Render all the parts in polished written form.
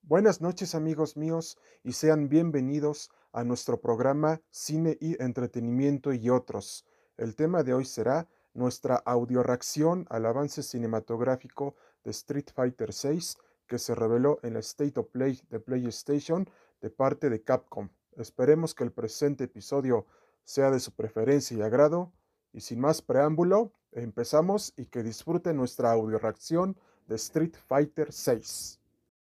Buenas noches amigos míos y sean bienvenidos a nuestro programa Cine y Entretenimiento y otros. El tema de hoy será nuestra audioreacción al avance cinematográfico de Street Fighter VI que se reveló en la State of Play de PlayStation de parte de Capcom. Esperemos que el presente episodio sea de su preferencia y agrado y sin más preámbulo, empezamos y que disfruten nuestra audioreacción de Street Fighter VI.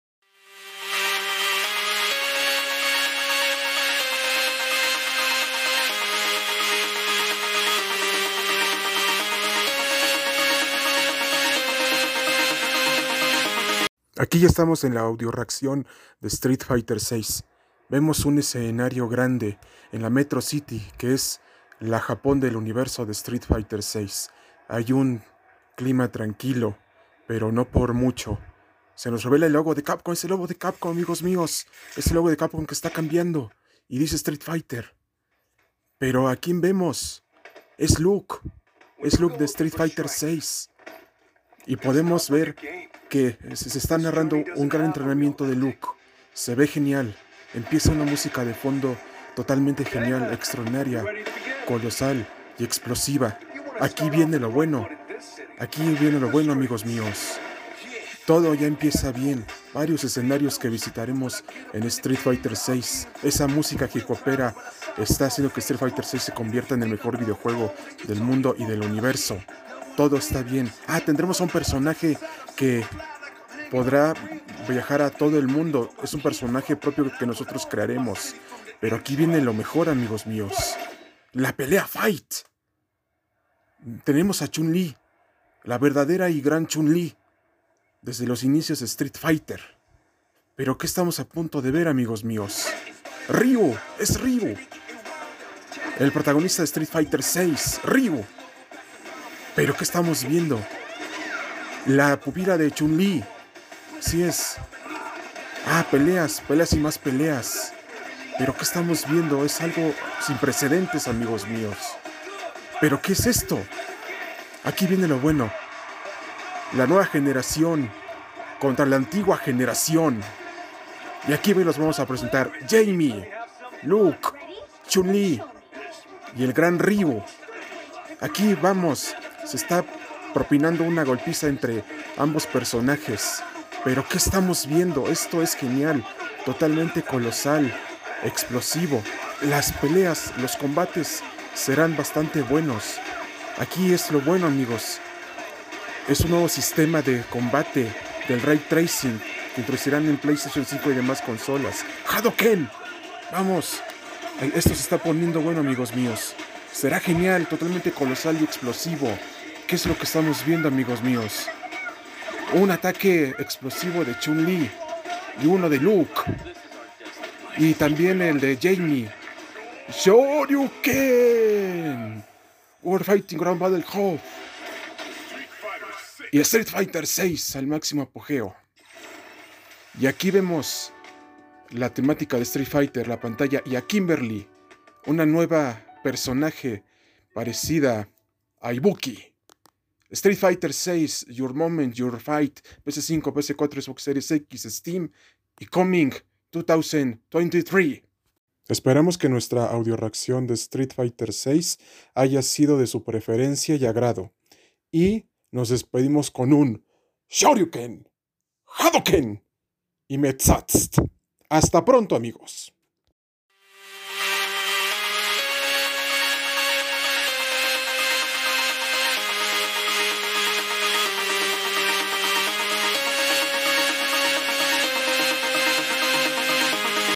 Aquí ya estamos en la audioreacción de Street Fighter VI. Vemos un escenario grande en la Metro City, que es la Japón del universo de Street Fighter VI. Hay un clima tranquilo, pero no por mucho. Se nos revela el logo de Capcom, es el logo de Capcom, amigos míos. Es el logo de Capcom que está cambiando y dice Street Fighter. Pero ¿a quién vemos? Es Luke de Street Fighter VI. Y podemos ver que se está narrando un gran entrenamiento de Luke. Se ve genial. Empieza una música de fondo totalmente genial, extraordinaria, colosal y explosiva. Aquí viene lo bueno. Aquí viene lo bueno, amigos míos. Todo ya empieza bien. Varios escenarios que visitaremos en Street Fighter VI. Esa música que coopera está haciendo que Street Fighter VI se convierta en el mejor videojuego del mundo y del universo. Todo está bien. Tendremos a un personaje que podrá viajar a todo el mundo. Es un personaje propio que nosotros crearemos. Pero aquí viene lo mejor, amigos míos. La pelea Fight. Tenemos a Chun-Li, la verdadera y gran Chun-Li, desde los inicios de Street Fighter. Pero ¿qué estamos a punto de ver, amigos míos? Ryu, es Ryu. El protagonista de Street Fighter VI, Ryu. ¿Pero qué estamos viendo? La pupila de Chun-Li. Sí es. Peleas y más peleas. ¿Pero qué estamos viendo? Es algo sin precedentes, amigos míos. ¿Pero qué es esto? Aquí viene lo bueno. La nueva generación contra la antigua generación. Y aquí los vamos a presentar. Jamie, Luke, Chun-Li y el gran Ryu. Aquí vamos. Se está propinando una golpiza entre ambos personajes. Pero ¿qué estamos viendo? Esto es genial, totalmente colosal, explosivo. Las peleas, los combates serán bastante buenos. Aquí es lo bueno, amigos. Es un nuevo sistema de combate del Ray Tracing que introducirán en PlayStation 5 y demás consolas. ¡Hadouken! ¡Vamos! Esto se está poniendo bueno, amigos míos. Será genial, totalmente colosal y explosivo. ¿Qué es lo que estamos viendo, amigos míos? Un ataque explosivo de Chun-Li y uno de Luke. Y también el de Jamie. Shoryuken. World Fighting Ground Battle Hub. Y Street Fighter VI al máximo apogeo. Y aquí vemos la temática de Street Fighter, la pantalla. Y a Kimberly, una nueva personaje parecida a Ibuki. Street Fighter VI, Your Moment, Your Fight, PS5, PS4, Xbox Series X, Steam y Coming 2023. Esperamos que nuestra audioreacción de Street Fighter VI haya sido de su preferencia y agrado. Y nos despedimos con un Shoryuken, Hadouken y Metsatst. Hasta pronto, amigos.